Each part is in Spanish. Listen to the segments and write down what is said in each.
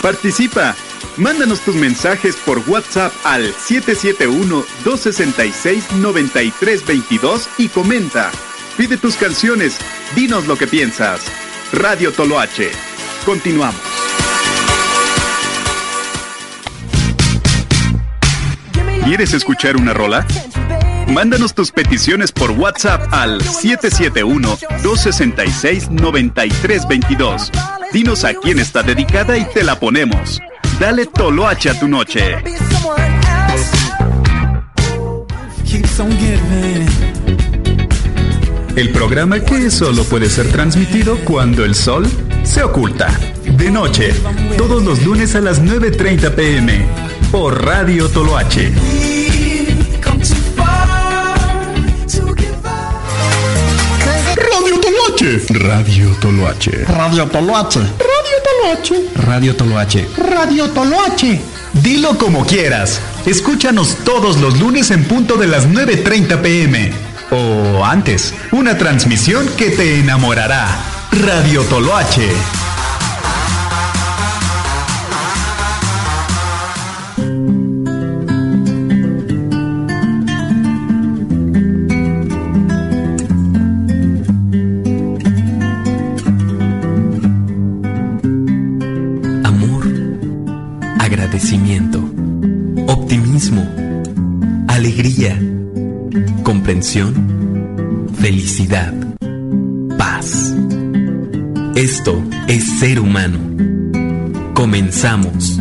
Participa. Mándanos tus mensajes por WhatsApp al 771-266-9322 y comenta. Pide tus canciones, dinos lo que piensas. Radio Toloache. Continuamos. ¿Quieres escuchar una rola? Mándanos tus peticiones por WhatsApp al 771-266-9322. Dinos a quién está dedicada y te la ponemos. Dale Toloache a tu noche. El programa que solo puede ser transmitido cuando el sol se oculta. De noche, todos los lunes a las 9:30 p.m. por Radio Toloache. Radio Toloache. Radio Toloache. Radio Toloache. Radio Toloache. Radio Toloache. Radio Toloache. Dilo como quieras. Escúchanos todos los lunes en punto de las 9:30 p.m. O antes, una transmisión que te enamorará. Radio Toloache. Agradecimiento, optimismo, alegría, comprensión, felicidad, paz. Esto es ser humano. Comenzamos.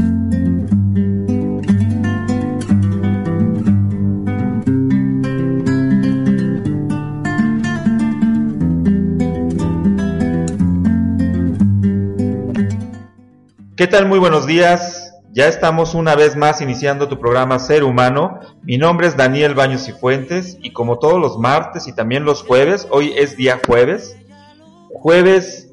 ¿Qué tal? Muy buenos días. Ya estamos una vez más iniciando tu programa Ser Humano. Mi nombre es Daniel Baños y Fuentes y como todos los martes y también los jueves, hoy es día jueves. Jueves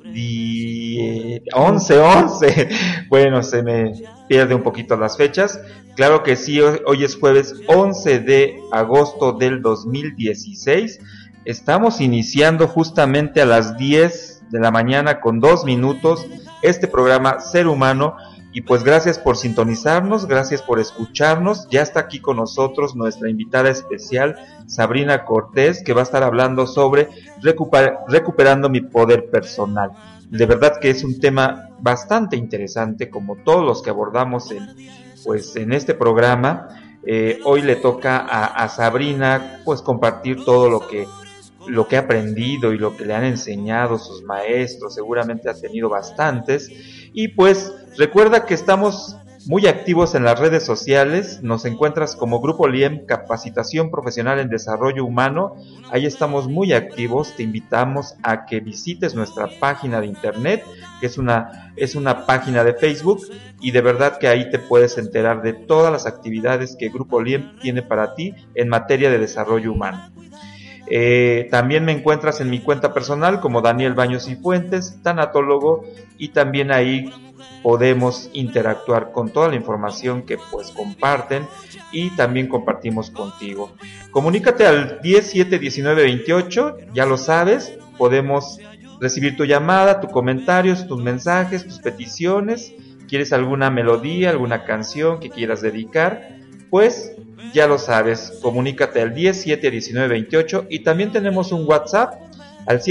11. Bueno, se me pierde un poquito las fechas. Claro que sí, hoy es jueves 11 de agosto del 2016. Estamos iniciando justamente a las 10 de la mañana con 2 minutos este programa Ser Humano. Y pues gracias por sintonizarnos, gracias por escucharnos. Ya está aquí con nosotros nuestra invitada especial, Sabrina Cortés, que va a estar hablando sobre recuperando mi poder personal. De verdad que es un tema bastante interesante, como todos los que abordamos en este programa. Hoy le toca a Sabrina pues compartir todo lo que ha aprendido y lo que le han enseñado sus maestros. Seguramente ha tenido bastantes. Y pues recuerda que estamos muy activos en las redes sociales. Nos encuentras como Grupo LIEM Capacitación Profesional en Desarrollo Humano. Ahí estamos muy activos. Te invitamos a que visites nuestra página de internet, que es una página de Facebook, y de verdad que ahí te puedes enterar de todas las actividades que Grupo LIEM tiene para ti en materia de desarrollo humano. También me encuentras en mi cuenta personal como Daniel Baños y Fuentes, tanatólogo, y también ahí podemos interactuar con toda la información que pues comparten y también compartimos contigo. Comunícate al 10-7-19-28, ya lo sabes, podemos recibir tu llamada, tus comentarios, tus mensajes, tus peticiones. ¿Quieres alguna melodía, alguna canción que quieras dedicar? Pues ya lo sabes, comunícate al 10-7-19-28 y también tenemos un WhatsApp al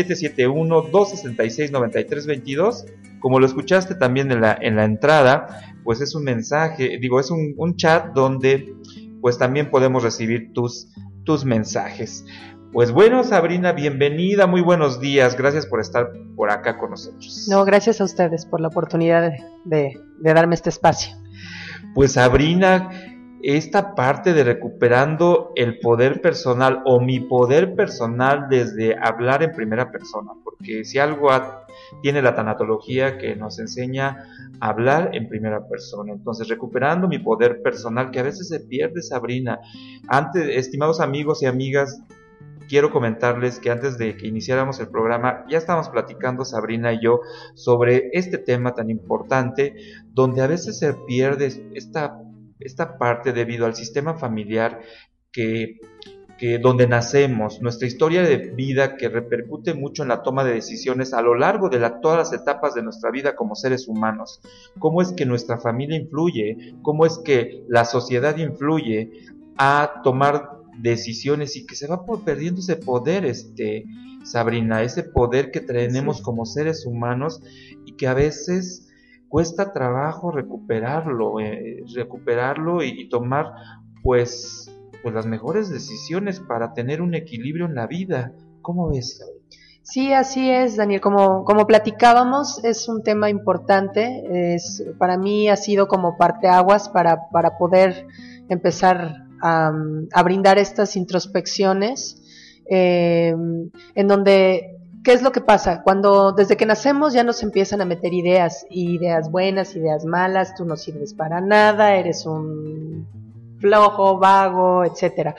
771-266-9322. Como lo escuchaste también en la entrada, pues es un mensaje, es un chat donde pues también podemos recibir tus mensajes. Pues bueno, Sabrina, bienvenida, muy buenos días, gracias por estar por acá con nosotros. No, gracias a ustedes por la oportunidad de darme este espacio. Pues Sabrina, esta parte de recuperando el poder personal o mi poder personal desde hablar en primera persona, porque si algo tiene la tanatología que nos enseña a hablar en primera persona, entonces recuperando mi poder personal que a veces se pierde, Sabrina. Antes, estimados amigos y amigas, quiero comentarles que antes de que iniciáramos el programa ya estábamos platicando Sabrina y yo sobre este tema tan importante, donde a veces se pierde esta parte debido al sistema familiar que que donde nacemos, nuestra historia de vida que repercute mucho en la toma de decisiones a lo largo de todas las etapas de nuestra vida como seres humanos. Cómo es que nuestra familia influye, cómo es que la sociedad influye a tomar decisiones y que se va perdiendo ese poder, Sabrina, ese poder que tenemos como seres humanos y que a veces cuesta trabajo recuperarlo y tomar pues las mejores decisiones para tener un equilibrio en la vida. ¿Cómo ves? Sí, así es, Daniel. Como platicábamos, es un tema importante. Para mí ha sido como parteaguas para poder empezar a brindar estas introspecciones, en donde, ¿qué es lo que pasa? Cuando desde que nacemos ya nos empiezan a meter ideas buenas, ideas malas, tú no sirves para nada, eres un flojo, vago, etcétera.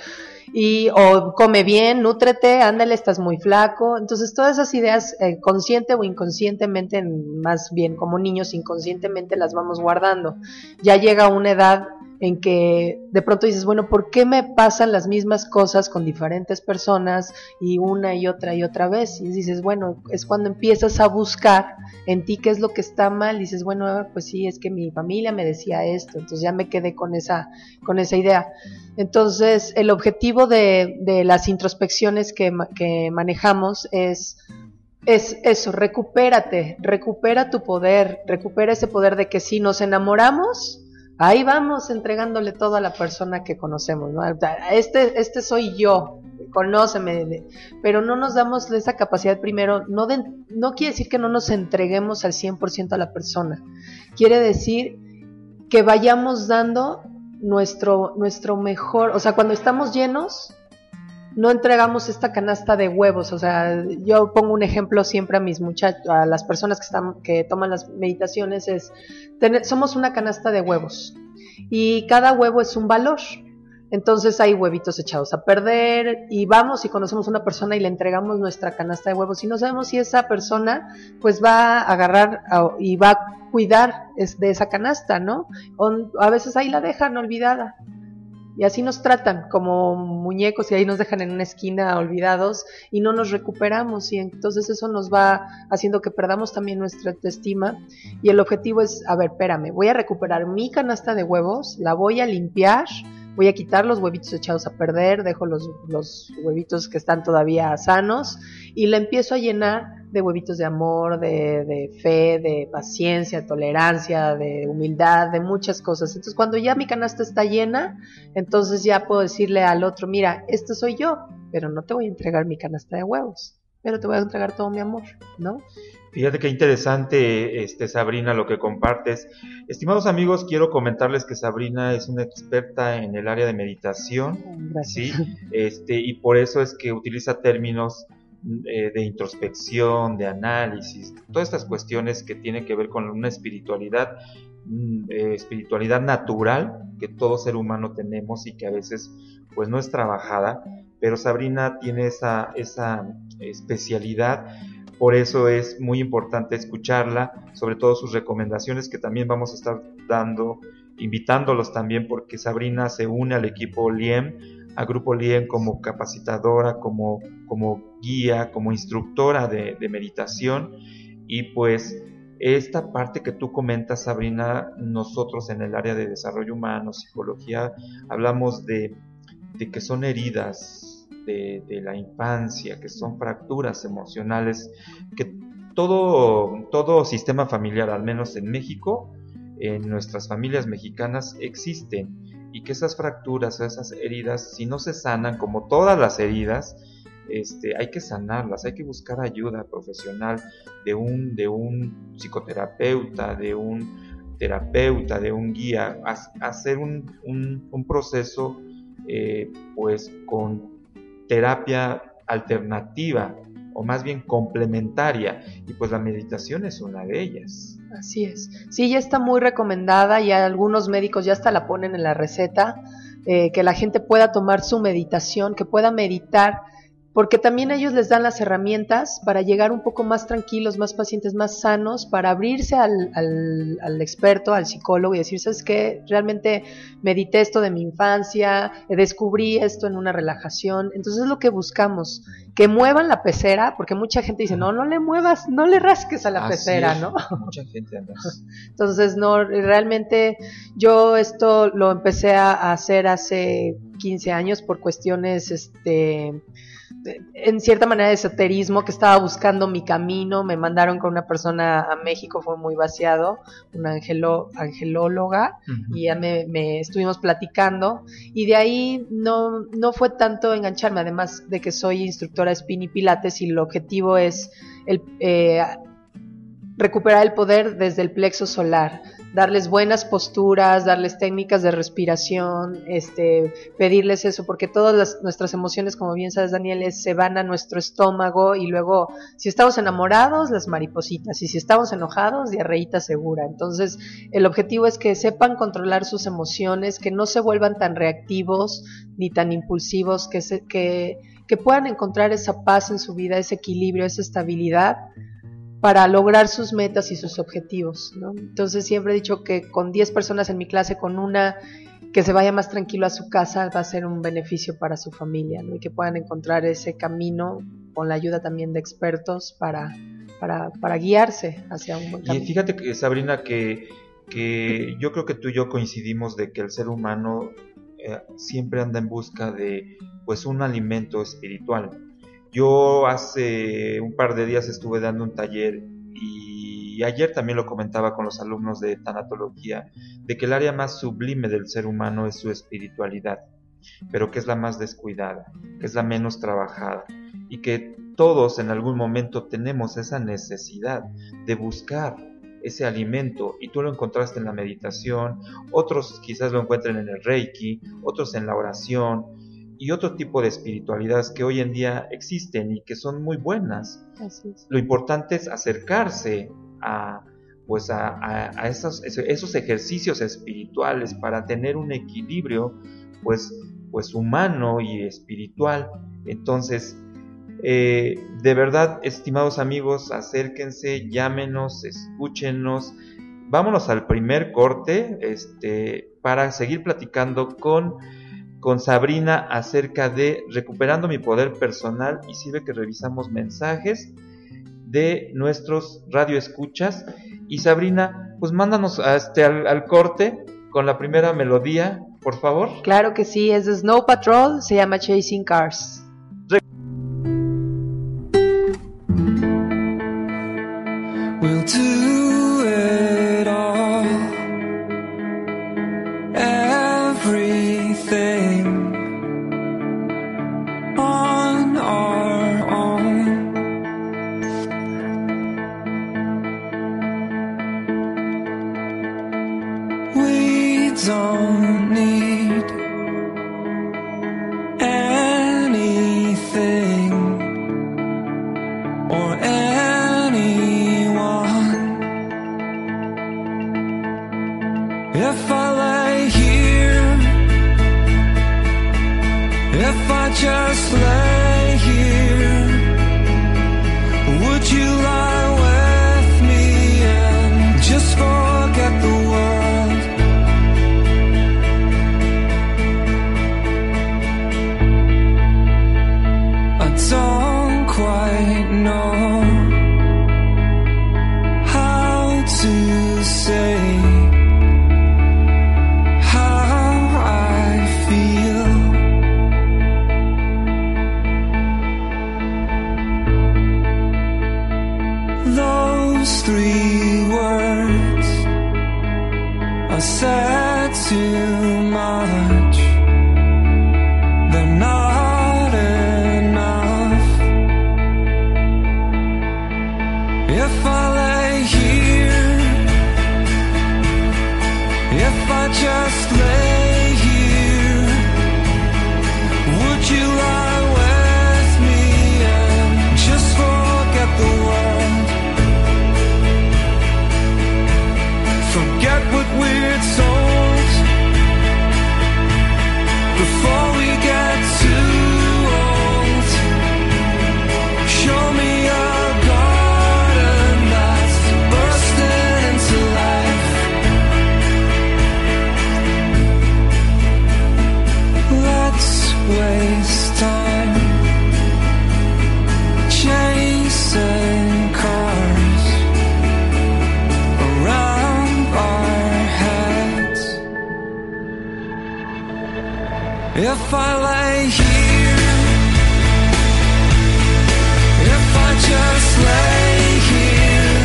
O come bien, nútrete, ándale, estás muy flaco. Entonces todas esas ideas, consciente o inconscientemente, más bien como niños inconscientemente las vamos guardando. Ya llega una edad en que de pronto dices, bueno, ¿por qué me pasan las mismas cosas con diferentes personas y una y otra vez? Y dices, bueno, es cuando empiezas a buscar en ti qué es lo que está mal. Dices, bueno, pues sí, es que mi familia me decía esto, entonces ya me quedé con esa idea. Entonces, el objetivo de las introspecciones que manejamos es eso, recupera tu poder, recupera ese poder de que si nos enamoramos, ahí vamos entregándole todo a la persona que conocemos, ¿no? Este soy yo, conóceme, pero no nos damos esa capacidad primero. No quiere decir que no nos entreguemos al 100% a la persona, quiere decir que vayamos dando nuestro mejor, o sea, cuando estamos llenos, no entregamos esta canasta de huevos. O sea, yo pongo un ejemplo siempre a mis muchachos, a las personas que toman las meditaciones, somos una canasta de huevos y cada huevo es un valor. Entonces hay huevitos echados a perder y vamos y conocemos a una persona y le entregamos nuestra canasta de huevos y no sabemos si esa persona pues va a agarrar y va a cuidar de esa canasta, ¿no? A veces ahí la dejan olvidada. Y así nos tratan como muñecos y ahí nos dejan en una esquina olvidados y no nos recuperamos, y entonces eso nos va haciendo que perdamos también nuestra autoestima. Y el objetivo es, a ver, espérame, voy a recuperar mi canasta de huevos, la voy a limpiar, voy a quitar los huevitos echados a perder, dejo los huevitos que están todavía sanos y la empiezo a llenar de huevitos de amor, de fe, de paciencia, de tolerancia, de humildad, de muchas cosas. Entonces cuando ya mi canasta está llena, entonces ya puedo decirle al otro, mira, este soy yo, pero no te voy a entregar mi canasta de huevos, pero te voy a entregar todo mi amor, ¿no? Fíjate qué interesante, Sabrina, lo que compartes. Estimados amigos, quiero comentarles que Sabrina es una experta en el área de meditación. Gracias. ¿Sí? Y por eso es que utiliza términos de introspección, de análisis, todas estas cuestiones que tienen que ver con una espiritualidad natural que todo ser humano tenemos y que a veces pues no es trabajada, pero Sabrina tiene esa especialidad. Por eso es muy importante escucharla, sobre todo sus recomendaciones que también vamos a estar dando, invitándolos también, porque Sabrina se une al equipo LIEM, al grupo LIEM como capacitadora, como guía, como instructora de meditación. Y pues esta parte que tú comentas, Sabrina, nosotros en el área de desarrollo humano, psicología, hablamos de que son heridas de la infancia, que son fracturas emocionales, que todo sistema familiar, al menos en México, en nuestras familias mexicanas existen, y que esas fracturas, esas heridas, si no se sanan, como todas las heridas, hay que sanarlas, hay que buscar ayuda profesional de un psicoterapeuta, de un terapeuta, de un guía, hacer un proceso pues con terapia alternativa, o más bien complementaria, y pues la meditación es una de ellas. Así es. Sí, ya está muy recomendada, y algunos médicos ya hasta la ponen en la receta, que la gente pueda tomar su meditación, que pueda meditar porque también ellos les dan las herramientas para llegar un poco más tranquilos, más pacientes, más sanos, para abrirse al experto, al psicólogo y decir, ¿sabes qué? Realmente medité esto de mi infancia, descubrí esto en una relajación. Entonces es lo que buscamos, que muevan la pecera, porque mucha gente dice, no le muevas, no le rasques a la pecera, ¿no? Mucha gente anda. Entonces, no, realmente yo esto lo empecé a hacer hace 15 años por cuestiones, en cierta manera de esoterismo, que estaba buscando mi camino. Me mandaron con una persona a México, fue muy vaciado, una angelóloga, y ya me estuvimos platicando, y de ahí no fue tanto engancharme, además de que soy instructora de spin y pilates, y el objetivo es recuperar el poder desde el plexo solar, darles buenas posturas, darles técnicas de respiración, pedirles eso, porque todas nuestras emociones, como bien sabes, Daniel, se van a nuestro estómago, y luego, si estamos enamorados, las maripositas, y si estamos enojados, diarreíta segura. Entonces, el objetivo es que sepan controlar sus emociones, que no se vuelvan tan reactivos ni tan impulsivos, que puedan encontrar esa paz en su vida, ese equilibrio, esa estabilidad, para lograr sus metas y sus objetivos, ¿no? Entonces siempre he dicho que con 10 personas en mi clase, con una que se vaya más tranquilo a su casa, va a ser un beneficio para su familia, ¿no? Y que puedan encontrar ese camino con la ayuda también de expertos para guiarse hacia un buen camino. Y fíjate que, Sabrina, que yo creo que tú y yo coincidimos de que el ser humano siempre anda en busca de, pues, un alimento espiritual. Yo hace un par de días estuve dando un taller, y ayer también lo comentaba con los alumnos de tanatología, de que el área más sublime del ser humano es su espiritualidad, pero que es la más descuidada, que es la menos trabajada, y que todos en algún momento tenemos esa necesidad de buscar ese alimento, y tú lo encontraste en la meditación, otros quizás lo encuentren en el Reiki, otros en la oración, y otro tipo de espiritualidades que hoy en día existen y que son muy buenas. Así es. Lo importante es acercarse a esos ejercicios espirituales para tener un equilibrio pues humano y espiritual. Entonces, de verdad, estimados amigos, acérquense, llámenos, escúchenos. Vámonos al primer corte para seguir platicando con Sabrina acerca de recuperando mi poder personal, y sirve que revisamos mensajes de nuestros radioescuchas. Y Sabrina, pues mándanos al corte con la primera melodía, por favor. Claro que sí, es de Snow Patrol, se llama Chasing Cars. We'll do it all, everything on our own. We don't need anything or anyone. If I lay here, if I just lay here, would you lie with me and just forget the world? I don't quite know how to say said too much, they're not enough. If I lay here, if I just lay here, would you lie with me and just forget the world? Forget what we're told, If I lay here, if I just lay here,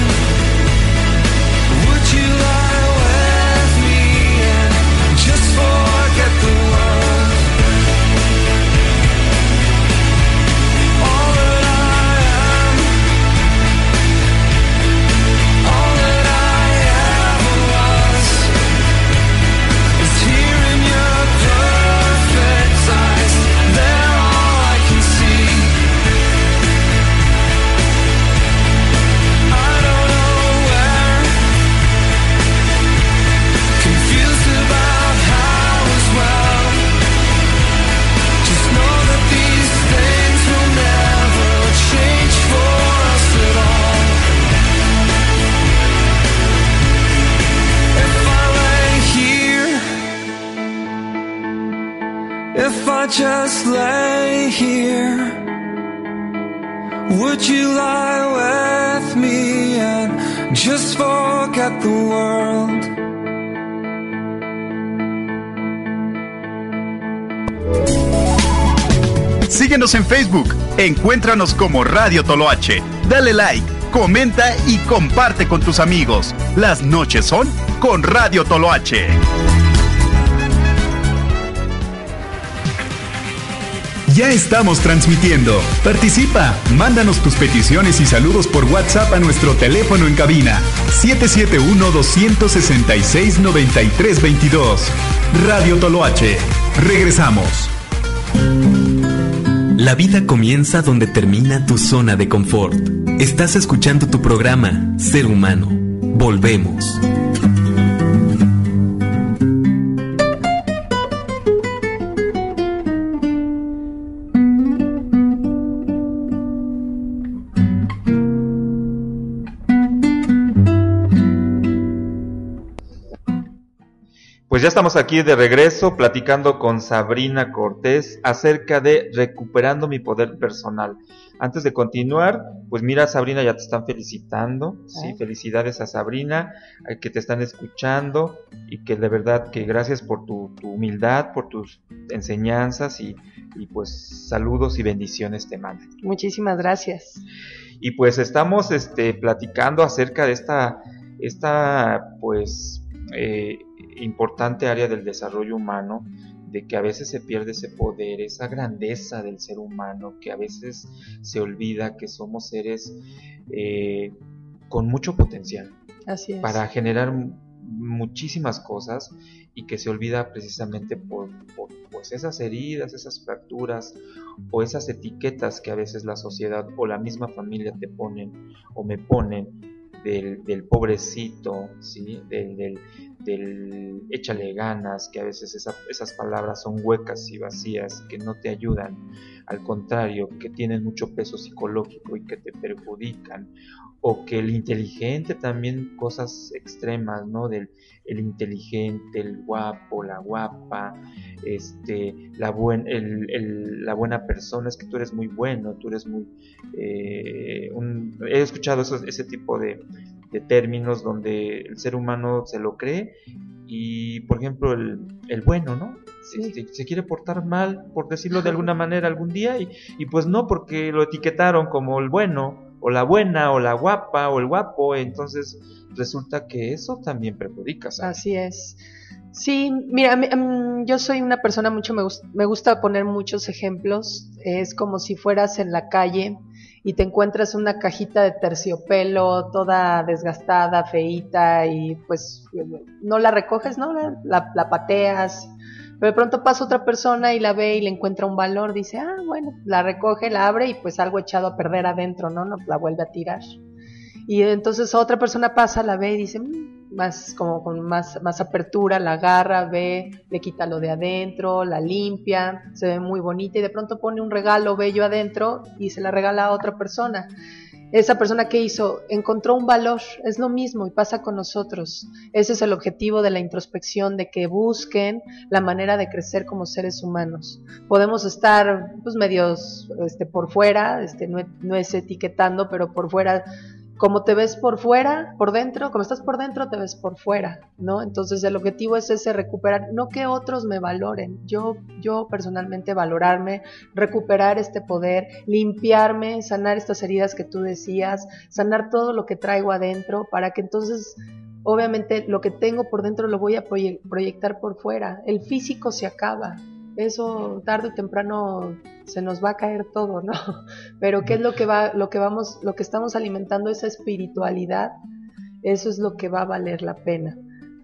would you lie with me and just forget the world? All that I am, all that I ever was, is here in your perfect eyes. They're all I can see. I don't know where, confused about how as well. Just know that these things will never change for us at all. If I lay here, if I just lay here, would you lie with me and just forget the world? Síguenos en Facebook, encuéntranos como Radio Toloache. Dale like, comenta y comparte con tus amigos. Las noches son con Radio Toloache. Ya estamos transmitiendo. Participa, mándanos tus peticiones y saludos por WhatsApp a nuestro teléfono en cabina 771-266-9322. Radio Toloache. Regresamos. La vida comienza donde termina tu zona de confort. Estás escuchando tu programa, Ser Humano. Volvemos. Pues ya estamos aquí de regreso platicando con Sabrina Cortés acerca de recuperando mi poder personal. Antes de continuar, pues mira, Sabrina, ya te están felicitando, sí, felicidades a Sabrina, que te están escuchando y que de verdad que gracias por tu humildad, por tus enseñanzas y pues saludos y bendiciones te mandan. Muchísimas gracias. Y pues estamos platicando acerca de esta pues importante área del desarrollo humano, de que a veces se pierde ese poder, esa grandeza del ser humano, que a veces se olvida que somos seres con mucho potencial. Así es. Para generar muchísimas cosas, y que se olvida precisamente por pues esas heridas, esas fracturas o esas etiquetas que a veces la sociedad o la misma familia te ponen o me ponen del pobrecito, ¿sí? del échale ganas, que a veces esas palabras son huecas y vacías, que no te ayudan, al contrario, que tienen mucho peso psicológico y que te perjudican, o que el inteligente también, cosas extremas, ¿no? El inteligente, el guapo, la guapa, la buena persona, es que tú eres muy bueno, tú eres muy... he escuchado ese tipo de términos donde el ser humano se lo cree y, por ejemplo, el bueno, ¿no? Sí. Se quiere portar mal, por decirlo de alguna manera, algún día y pues no, porque lo etiquetaron como el bueno, o la buena, o la guapa, o el guapo, entonces resulta que eso también perjudica, ¿sabes? Así es. Sí, mira, yo soy una persona me gusta poner muchos ejemplos. Es como si fueras en la calle y te encuentras una cajita de terciopelo toda desgastada, feíta, y pues no la recoges, ¿no? La pateas, pero de pronto pasa otra persona y la ve y le encuentra un valor, dice, bueno, la recoge, la abre y pues algo echado a perder adentro, ¿no? No la vuelve a tirar. Y entonces otra persona pasa, la ve y dice, más como con más apertura, la agarra, ve, le quita lo de adentro, la limpia, se ve muy bonita y de pronto pone un regalo bello adentro y se la regala a otra persona. Esa persona que hizo, encontró un valor, es lo mismo y pasa con nosotros. Ese es el objetivo de la introspección, de que busquen la manera de crecer como seres humanos. Podemos estar pues medios por fuera, no es etiquetando, pero por fuera como te ves por fuera, por dentro, como estás por dentro, te ves por fuera, ¿no? Entonces el objetivo es ese, recuperar, no que otros me valoren, yo personalmente valorarme, recuperar este poder, limpiarme, sanar estas heridas que tú decías, sanar todo lo que traigo adentro, para que entonces, obviamente, lo que tengo por dentro lo voy a proyectar por fuera. El físico se acaba, eso tarde o temprano se nos va a caer todo, ¿no? Pero ¿qué es lo que estamos alimentando? Esa espiritualidad, eso es lo que va a valer la pena.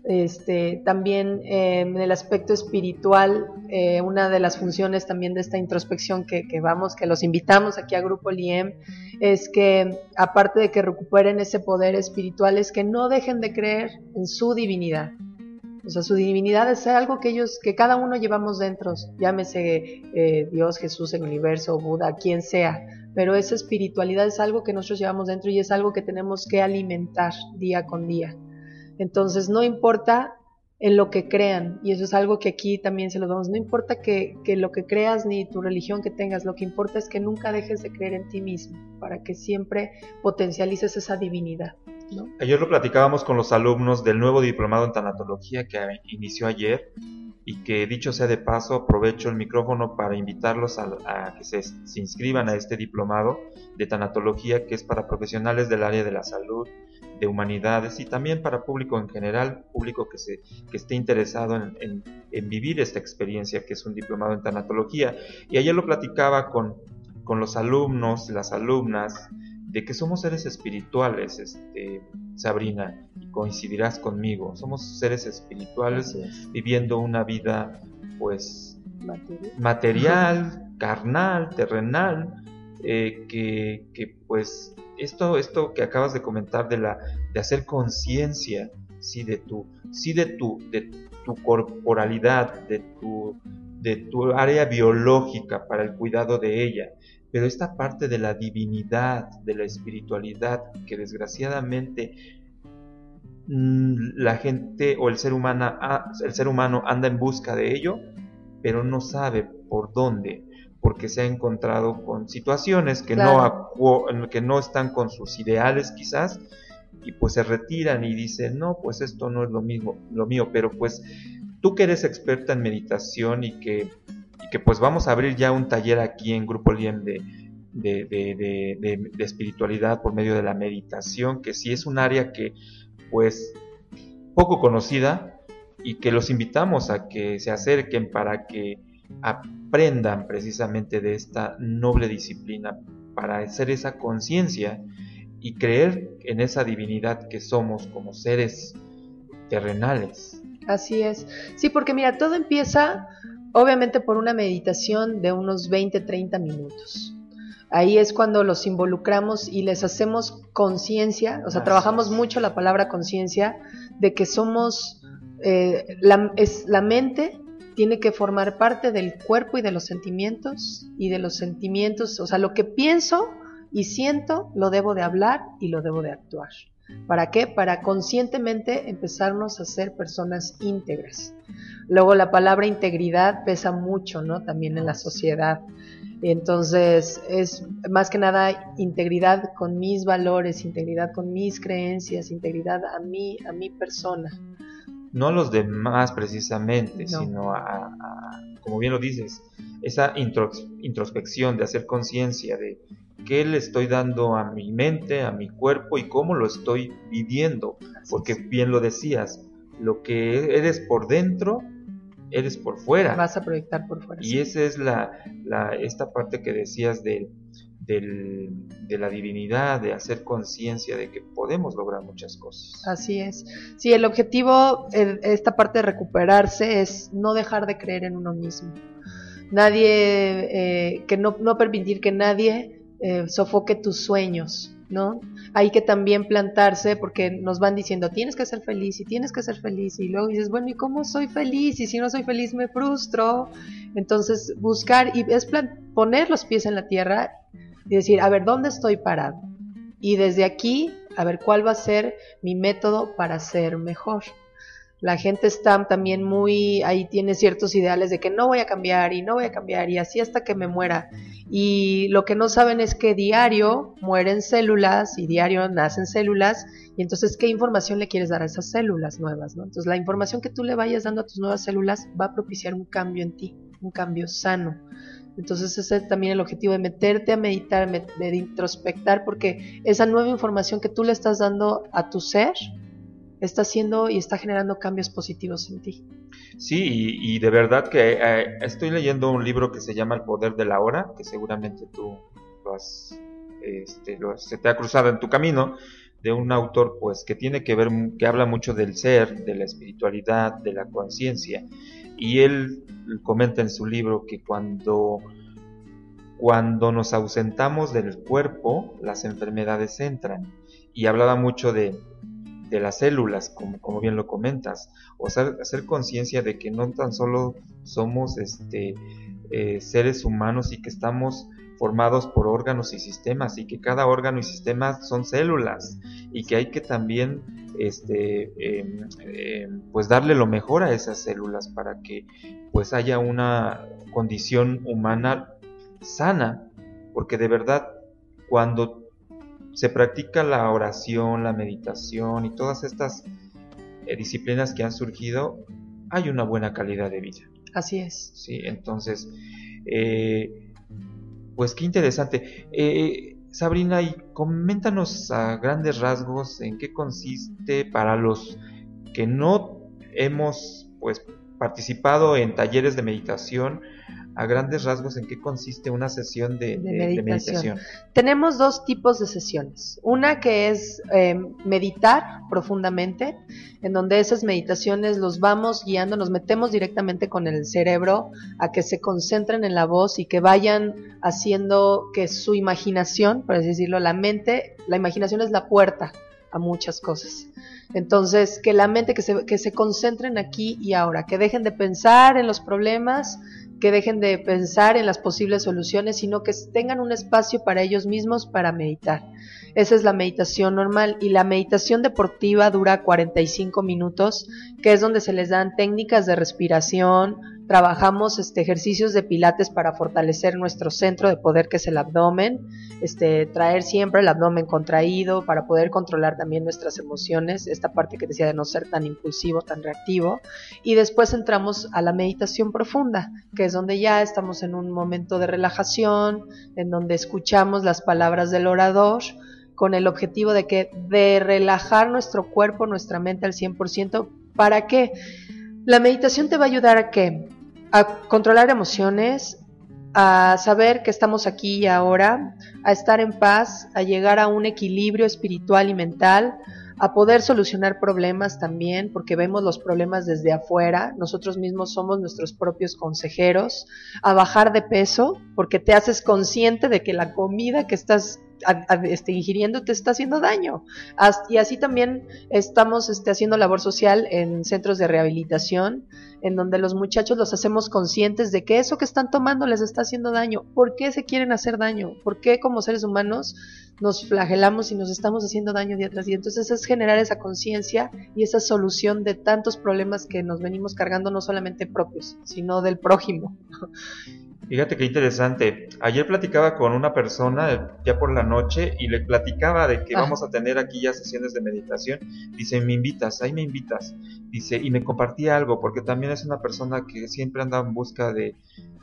También en el aspecto espiritual, una de las funciones también de esta introspección que los invitamos aquí a Grupo Liem, es que aparte de que recuperen ese poder espiritual, es que no dejen de creer en su divinidad. O sea, su divinidad es algo que cada uno llevamos dentro, llámese Dios, Jesús, el universo, Buda, quien sea, pero esa espiritualidad es algo que nosotros llevamos dentro y es algo que tenemos que alimentar día con día. Entonces, no importa en lo que crean, y eso es algo que aquí también se lo damos, no importa que lo que creas ni tu religión que tengas, lo que importa es que nunca dejes de creer en ti mismo, para que siempre potencialices esa divinidad, ¿no? Ayer lo platicábamos con los alumnos del nuevo diplomado en tanatología que inició ayer, y que, dicho sea de paso, aprovecho el micrófono para invitarlos a que se inscriban a este diplomado de tanatología, que es para profesionales del área de la salud, de humanidades y también para público en general, público que esté interesado en vivir esta experiencia, que es un diplomado en tanatología. Y ayer lo platicaba con los alumnos, las alumnas, de que somos seres espirituales, Sabrina, y coincidirás conmigo, somos seres espirituales viviendo una vida pues material, carnal, terrenal, que pues esto que acabas de comentar de hacer conciencia, sí, de tu corporalidad, de tu área biológica para el cuidado de ella, pero esta parte de la divinidad, de la espiritualidad, que desgraciadamente la gente o el ser humano anda en busca de ello, pero no sabe por dónde, porque se ha encontrado con situaciones que, claro, que no están con sus ideales quizás, y pues se retiran y dicen, no, pues esto no es lo mío, pero pues tú que eres experta en meditación y que pues vamos a abrir ya un taller aquí en Grupo Liem de espiritualidad por medio de la meditación, que sí es un área que pues poco conocida, y que los invitamos a que se acerquen para que aprendan precisamente de esta noble disciplina, para hacer esa conciencia y creer en esa divinidad que somos como seres terrenales. Así es. Sí, porque mira, todo empieza obviamente por una meditación de unos 20-30 minutos. Ahí es cuando los involucramos y les hacemos conciencia, o sea, trabajamos mucho la palabra conciencia, de que somos, la mente tiene que formar parte del cuerpo y de los sentimientos, o sea, lo que pienso y siento lo debo de hablar y lo debo de actuar. ¿Para qué? Para conscientemente empezarnos a ser personas íntegras. Luego la palabra integridad pesa mucho, ¿no? También en la sociedad. Entonces es más que nada integridad con mis valores, integridad con mis creencias, integridad a mi persona. No a los demás precisamente, no, sino como bien lo dices, esa introspección de hacer conciencia de qué le estoy dando a mi mente, a mi cuerpo y cómo lo estoy viviendo, porque bien lo decías, lo que eres por dentro, eres por fuera. Vas a proyectar por fuera. Y sí, esa es esta parte que decías de la divinidad, de hacer conciencia de que podemos lograr muchas cosas. Así es. Sí, el objetivo, esta parte de recuperarse, es no dejar de creer en uno mismo. Nadie, que no permitir que nadie sofoque tus sueños, ¿no? Hay que también plantarse, porque nos van diciendo tienes que ser feliz y tienes que ser feliz, y luego dices, bueno, ¿y cómo soy feliz? Y si no soy feliz me frustro. Entonces buscar y es poner los pies en la tierra y decir, a ver, ¿dónde estoy parado? Y desde aquí, a ver, ¿cuál va a ser mi método para ser mejor? La gente está también ahí tiene ciertos ideales de que no voy a cambiar y no voy a cambiar y así hasta que me muera. Y lo que no saben es que diario mueren células y diario nacen células, y entonces ¿qué información le quieres dar a esas células nuevas, ¿no? Entonces la información que tú le vayas dando a tus nuevas células va a propiciar un cambio en ti, un cambio sano. Entonces ese es también el objetivo de meterte a meditar, de introspectar, porque esa nueva información que tú le estás dando a tu ser está haciendo y está generando cambios positivos en ti. Sí, y de verdad que estoy leyendo un libro que se llama El Poder de la Hora, que seguramente tú se te ha cruzado en tu camino, de un autor pues que tiene que ver, que habla mucho del ser, de la espiritualidad, de la conciencia, y él comenta en su libro que cuando nos ausentamos del cuerpo, las enfermedades entran, y hablaba mucho de las células, como bien lo comentas, o sea, hacer conciencia de que no tan solo somos seres humanos y que estamos formados por órganos y sistemas, y que cada órgano y sistema son células, y que hay que también pues darle lo mejor a esas células para que pues haya una condición humana sana, porque de verdad cuando se practica la oración, la meditación y todas estas disciplinas que han surgido, hay una buena calidad de vida. Así es. Sí, entonces, pues qué interesante. Sabrina, y coméntanos a grandes rasgos en qué consiste, para los que no hemos pues participado en talleres de meditación, a grandes rasgos en qué consiste una sesión de meditación. Tenemos dos tipos de sesiones. Una que es meditar profundamente, en donde esas meditaciones los vamos guiando, nos metemos directamente con el cerebro a que se concentren en la voz y que vayan haciendo que su imaginación, por así decirlo, la imaginación es la puerta a muchas cosas. Entonces, que la mente, que se concentren aquí y ahora, que dejen de pensar en los problemas, que dejen de pensar en las posibles soluciones, sino que tengan un espacio para ellos mismos para meditar. Esa es la meditación normal, y la meditación deportiva dura 45 minutos, que es donde se les dan técnicas de respiración, trabajamos ejercicios de pilates para fortalecer nuestro centro de poder, que es el abdomen, traer siempre el abdomen contraído para poder controlar también nuestras emociones, esta parte que decía de no ser tan impulsivo, tan reactivo, y después entramos a la meditación profunda, que es donde ya estamos en un momento de relajación, en donde escuchamos las palabras del orador, con el objetivo de relajar nuestro cuerpo, nuestra mente al 100%. ¿Para qué? La meditación te va a ayudar a ¿qué? A controlar emociones, a saber que estamos aquí y ahora, a estar en paz, a llegar a un equilibrio espiritual y mental, a poder solucionar problemas también, porque vemos los problemas desde afuera, nosotros mismos somos nuestros propios consejeros, a bajar de peso, porque te haces consciente de que la comida que estás ingiriendo te está haciendo daño. Y así también estamos haciendo labor social en centros de rehabilitación, en donde los muchachos los hacemos conscientes de que eso que están tomando les está haciendo daño. ¿Por qué se quieren hacer daño? ¿Por qué como seres humanos nos flagelamos y nos estamos haciendo daño día tras día? Entonces es generar esa conciencia y esa solución de tantos problemas que nos venimos cargando, no solamente propios, sino del prójimo. Fíjate qué interesante. Ayer platicaba con una persona ya por la noche y le platicaba de que vamos a tener aquí ya sesiones de meditación. Dice, me invitas, ahí me invitas. Dice, y me compartía algo, porque también es una persona que siempre anda en busca de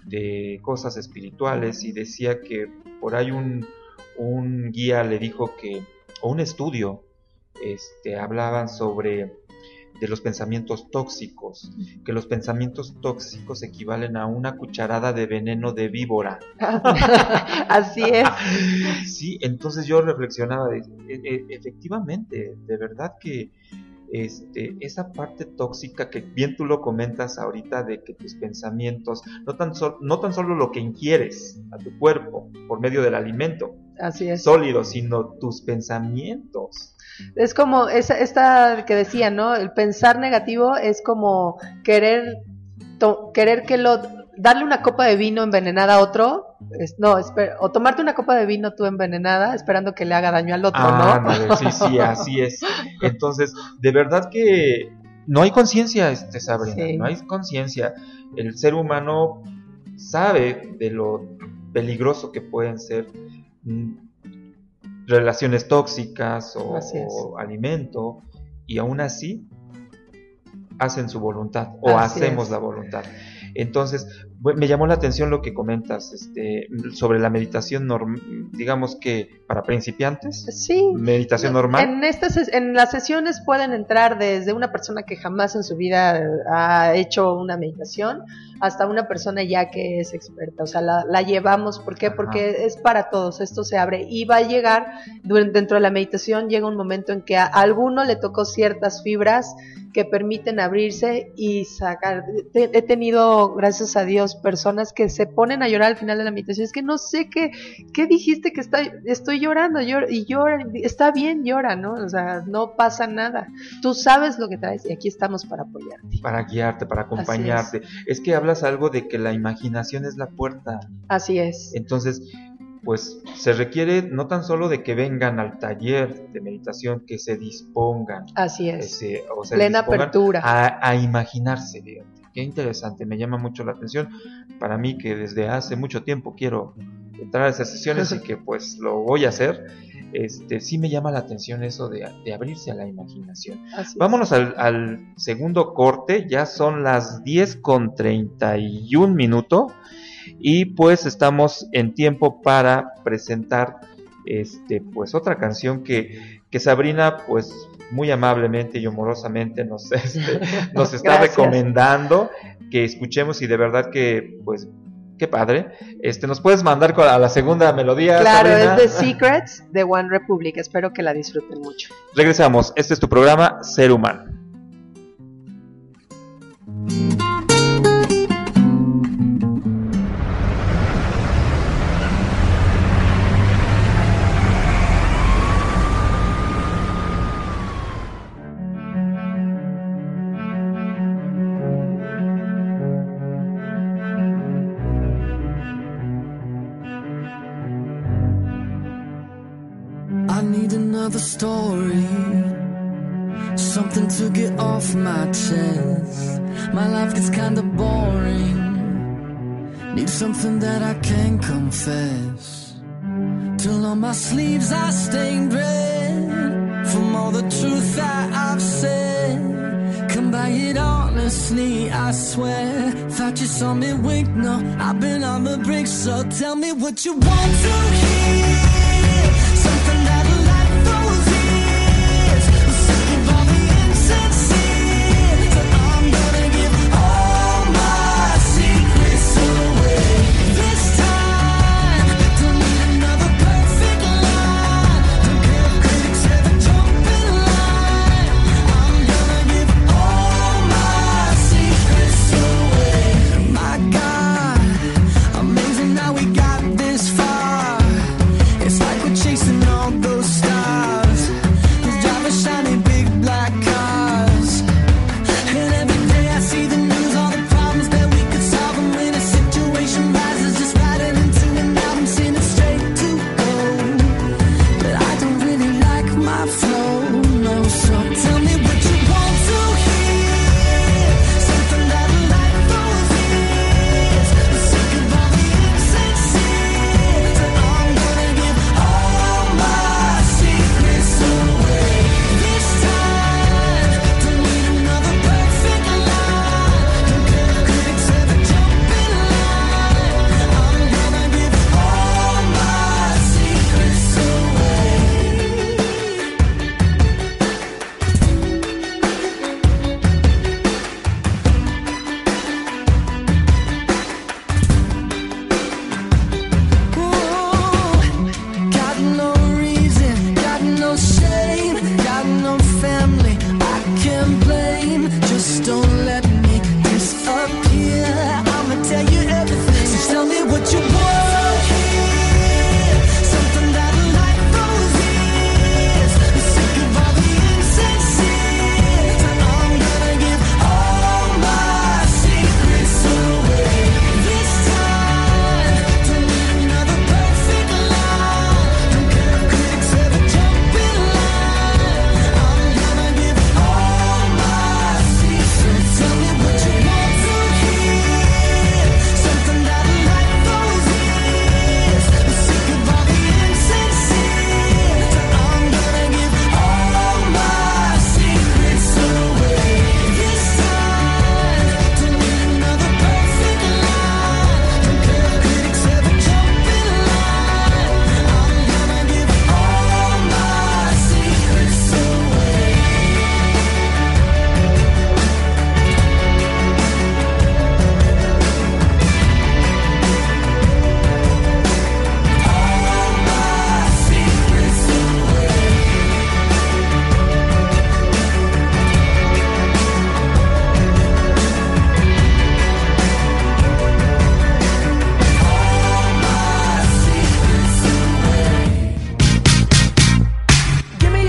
cosas espirituales, y decía que por ahí un guía le dijo o un estudio, hablaban sobre de los pensamientos tóxicos, que los pensamientos tóxicos equivalen a una cucharada de veneno de víbora. Así es. Sí, entonces yo reflexionaba, efectivamente, de verdad que esa parte tóxica que bien tú lo comentas ahorita, de que tus pensamientos, no tan solo lo que ingieres a tu cuerpo por medio del alimento, así es, sólido, sino tus pensamientos. Es como esta que decía, ¿no? El pensar negativo es como querer darle una copa de vino envenenada a otro, o tomarte una copa de vino tú envenenada esperando que le haga daño al otro, ¿no? Sí, así es. Entonces, de verdad que no hay conciencia, Sabrina, Sí. no hay conciencia. El ser humano sabe de lo peligroso que pueden ser relaciones tóxicas Así es. o alimento, y aún así hacen su voluntad o Así hacemos es. la voluntad. Entonces, me llamó la atención lo que comentas sobre la meditación, digamos que para principiantes, Sí. meditación normal. En las sesiones pueden entrar desde una persona que jamás en su vida ha hecho una meditación hasta una persona ya que es experta. O sea, la llevamos, ¿por qué? Ajá. Porque es para todos, esto se abre y va a llegar, dentro de la meditación llega un momento en que a alguno le tocó ciertas fibras que permiten abrirse y sacar. He tenido, gracias a Dios, personas que se ponen a llorar al final de la meditación. Es que no sé qué dijiste, que estoy llorando, y llora, está bien, llora, ¿no? O sea, no pasa nada. Tú sabes lo que traes y aquí estamos para apoyarte. Para guiarte, para acompañarte. Es que hablas algo de que la imaginación es la puerta. Así es. Entonces, pues se requiere no tan solo de que vengan al taller de meditación, que se dispongan. Así es. Se Plena dispongan apertura. a imaginarse. Fíjate. Qué interesante, me llama mucho la atención. Para mí, que desde hace mucho tiempo quiero entrar a esas sesiones y que pues lo voy a hacer, sí me llama la atención eso de abrirse a la imaginación. Así es. Vámonos al segundo corte, ya son las 10:31 y pues estamos en tiempo para presentar pues otra canción que Sabrina pues muy amablemente y amorosamente nos está Gracias. recomendando que escuchemos, y de verdad que pues qué padre. ¿Nos puedes mandar a la segunda melodía, Claro, Sabrina? es The Secrets de One Republic. Espero que la disfruten mucho. Regresamos. Este es tu programa Ser Humano. I need another story, something to get off my chest. My life gets kinda boring, need something that I can confess. Till on my sleeves I stained red from all the truth that I've said. Come by it honestly, I swear. Thought you saw me wink, no, I've been on the brink. So tell me what you want to hear. Something that'll light those ears. Sick of all the insincere. So I'm gonna give all my secrets away. This time, don't need another perfect line. Don't care if critics ever jump in line. I'm gonna give all my secrets away. My God, amazing how we got this far. It's like we're chasing all those stars. Who's driving shiny big black cars? And every day I see the news, all the problems that we could solve. And when a situation rises, just writing into an album, sing it straight to gold. But I don't really like my flow, no. So tell me what you want to hear. Something that'll light those ears. I'm sick of all the insincere. So I'm gonna give all my secrets away. This time, don't need another perfect line. Don't care if critics ever jump in line. I'm gonna give all my secrets away. Got no reason, got no shame, got no family I can blame. Just don't let me disappear. I'ma tell you everything. So tell me what you want. Something that'll light those ears. I'm sick of all the insincere. So I'm gonna give all my secrets away. This time, don't need another perfect line. Don't care if critics ever jump in line. I'm gonna give all my secrets away.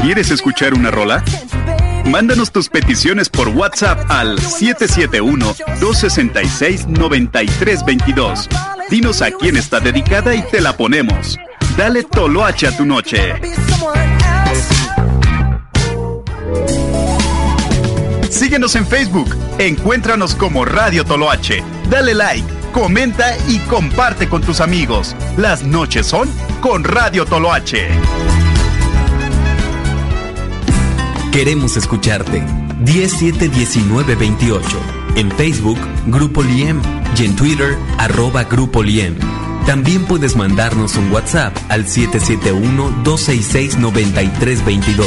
¿Quieres escuchar una rola? Mándanos tus peticiones por WhatsApp al 771-266-9322. Dinos a quién está dedicada y te la ponemos. Dale Toloache a tu noche. Síguenos en Facebook. Encuéntranos como Radio Toloache. Dale like, comenta y comparte con tus amigos. Las noches son con Radio Toloache. Queremos escucharte. 171928. En Facebook, Grupo Liem. Y en Twitter, @Grupo Liem. También puedes mandarnos un WhatsApp al 771-266-9322.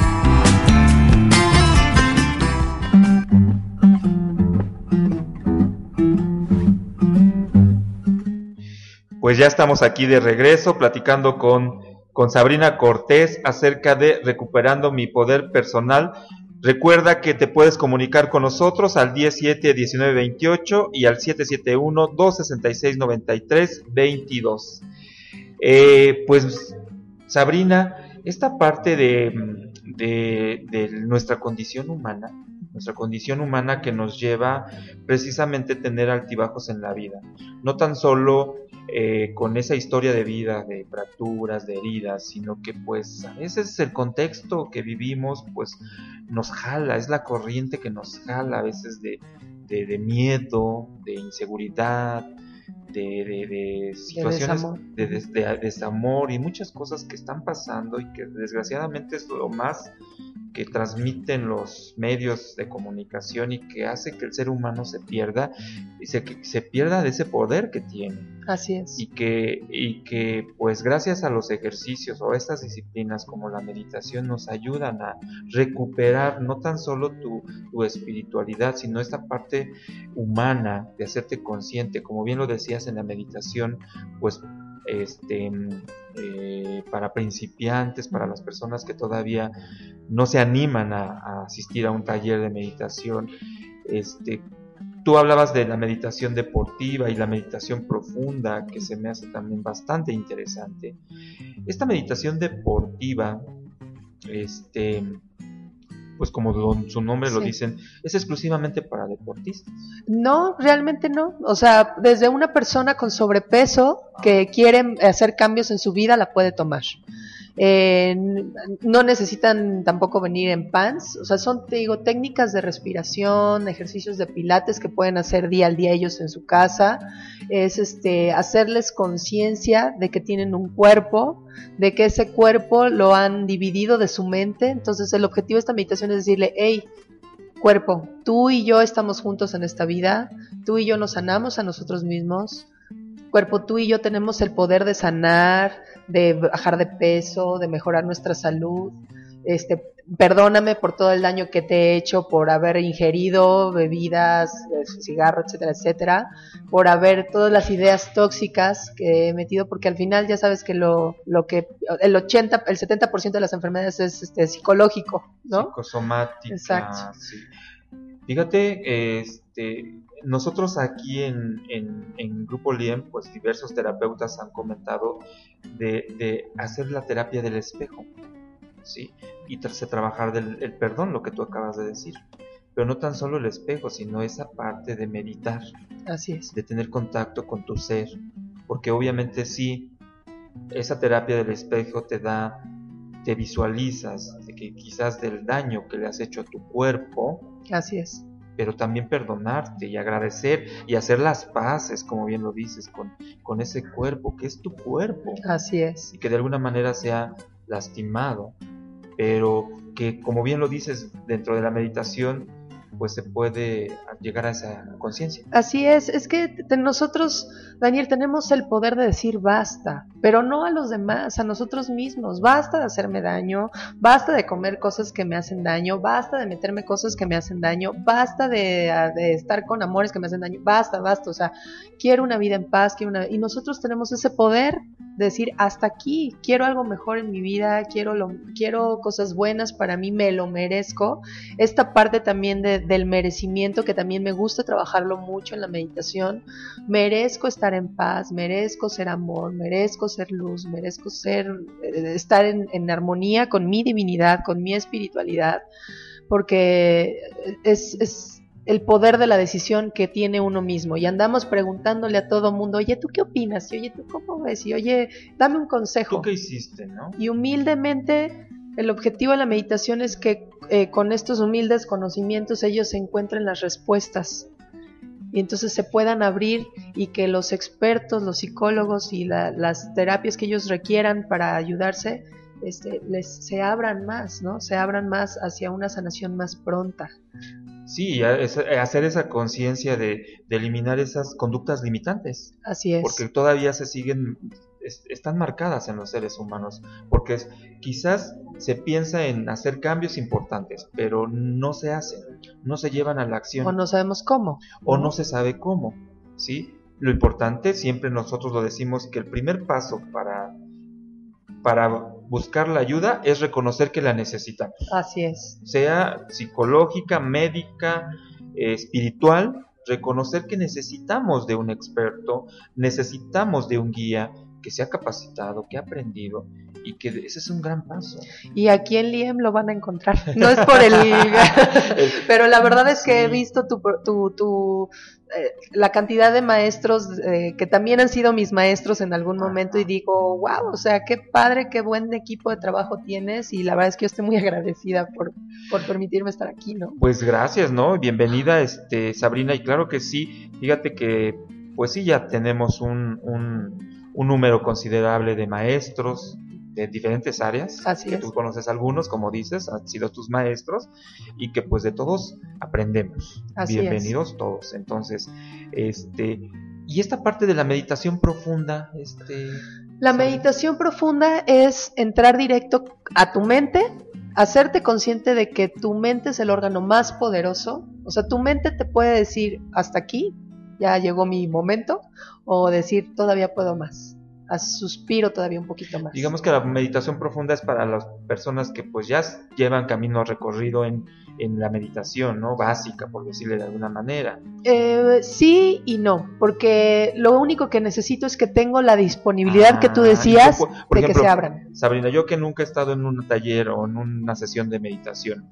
Pues ya estamos aquí de regreso platicando con Sabrina Cortés acerca de Recuperando mi Poder Personal. Recuerda que te puedes comunicar con nosotros al 171928 y al 771-266-9322. Pues Sabrina, esta parte de nuestra condición humana que nos lleva precisamente a tener altibajos en la vida, no tan solo con esa historia de vida, de fracturas, de heridas, sino que pues a veces el contexto que vivimos pues nos jala, es la corriente que nos jala a veces de miedo, de inseguridad, de situaciones de desamor y muchas cosas que están pasando y que desgraciadamente es lo más que transmiten los medios de comunicación y que hace que el ser humano se pierda y se pierda de ese poder que tiene. Así es. Y que pues gracias a los ejercicios o a estas disciplinas como la meditación nos ayudan a recuperar no tan solo tu espiritualidad, sino esta parte humana de hacerte consciente, como bien lo decías en la meditación, pues para principiantes, para las personas que todavía no se animan a asistir a un taller de meditación. Tú hablabas de la meditación deportiva y la meditación profunda, que se me hace también bastante interesante. Esta meditación deportiva, pues como su nombre lo dicen, ¿es exclusivamente para deportistas? No, realmente no. O sea, desde una persona con sobrepeso que quiere hacer cambios en su vida la puede tomar. No necesitan tampoco venir en pants, o sea, son, te digo, técnicas de respiración, ejercicios de pilates que pueden hacer día al día ellos en su casa. Es hacerles conciencia de que tienen un cuerpo, de que ese cuerpo lo han dividido de su mente. Entonces el objetivo de esta meditación es decirle: hey, cuerpo, tú y yo estamos juntos en esta vida, tú y yo nos sanamos a nosotros mismos. Cuerpo, tú y yo tenemos el poder de sanar, de bajar de peso, de mejorar nuestra salud. Perdóname por todo el daño que te he hecho, por haber ingerido bebidas, cigarro, etcétera, etcétera, por haber todas las ideas tóxicas que he metido, porque al final ya sabes que el 70% de las enfermedades es psicológico, ¿no? Psicosomática. Exacto. Sí. Fíjate, nosotros aquí en Grupo Liem, pues diversos terapeutas han comentado de hacer la terapia del espejo, ¿sí? Y trabajar el perdón, lo que tú acabas de decir. Pero no tan solo el espejo, sino esa parte de meditar. Así es. De tener contacto con tu ser. Porque obviamente sí, esa terapia del espejo te visualizas de que quizás del daño que le has hecho a tu cuerpo. Así es. Pero también perdonarte y agradecer y hacer las paces, como bien lo dices, con ese cuerpo que es tu cuerpo. Así es. Y que de alguna manera sea lastimado, pero que, como bien lo dices, dentro de la meditación pues se puede llegar a esa conciencia. Así es que nosotros, Daniel, tenemos el poder de decir basta, pero no a los demás, a nosotros mismos. Basta de hacerme daño, basta de comer cosas que me hacen daño, basta de meterme cosas que me hacen daño, basta de estar con amores que me hacen daño, basta, o sea, quiero una vida en paz, y nosotros tenemos ese poder de decir hasta aquí, quiero algo mejor en mi vida, quiero cosas buenas para mí, me lo merezco. Esta parte también del merecimiento, que también me gusta trabajarlo mucho en la meditación. Merezco estar en paz, merezco ser amor, merezco ser luz, merezco estar en armonía con mi divinidad, con mi espiritualidad, porque es el poder de la decisión que tiene uno mismo, y andamos preguntándole a todo mundo, oye, ¿tú qué opinas? Y oye, ¿tú cómo ves? Y oye, dame un consejo. ¿Tú qué hiciste, no? Y humildemente, el objetivo de la meditación es que con estos humildes conocimientos ellos encuentren las respuestas y entonces se puedan abrir, y que los expertos, los psicólogos y las terapias que ellos requieran para ayudarse se abran más, ¿no? Se abran más hacia una sanación más pronta. Sí, hacer esa conciencia de eliminar esas conductas limitantes. Así es. Porque todavía están marcadas en los seres humanos, porque quizás se piensa en hacer cambios importantes, pero no se hacen, no se llevan a la acción. O no sabemos cómo. O no se sabe cómo, ¿sí? Lo importante, siempre nosotros lo decimos, que el primer paso para buscar la ayuda es reconocer que la necesitamos. Así es. Sea psicológica, médica, espiritual, reconocer que necesitamos de un experto, necesitamos de un guía que se ha capacitado, que ha aprendido, y que ese es un gran paso. Y aquí en Liem lo van a encontrar. No es por pero la verdad es que he visto la cantidad de maestros que también han sido mis maestros en algún momento, y digo, wow, o sea, qué padre, qué buen equipo de trabajo tienes, y la verdad es que yo estoy muy agradecida por permitirme estar aquí, ¿no? Pues gracias, ¿no? Bienvenida, Sabrina, y claro que sí, fíjate que pues sí, ya tenemos un número considerable de maestros de diferentes áreas. Así que es. Tú conoces algunos, como dices, han sido tus maestros, y que pues de todos aprendemos. Así Bienvenidos es. todos. Entonces, y esta parte de la meditación profunda, La meditación profunda es entrar directo a tu mente, hacerte consciente de que tu mente es el órgano más poderoso. O sea, tu mente te puede decir, hasta aquí, ya llegó mi momento, o decir, todavía puedo más, suspiro todavía un poquito más. Digamos que la meditación profunda es para las personas que pues ya llevan camino recorrido en la meditación, ¿no? Básica, por decirle de alguna manera. Sí y no, porque lo único que necesito es que tengo la disponibilidad que tú decías, por ejemplo, que se abran. Sabrina, yo que nunca he estado en un taller o en una sesión de meditación,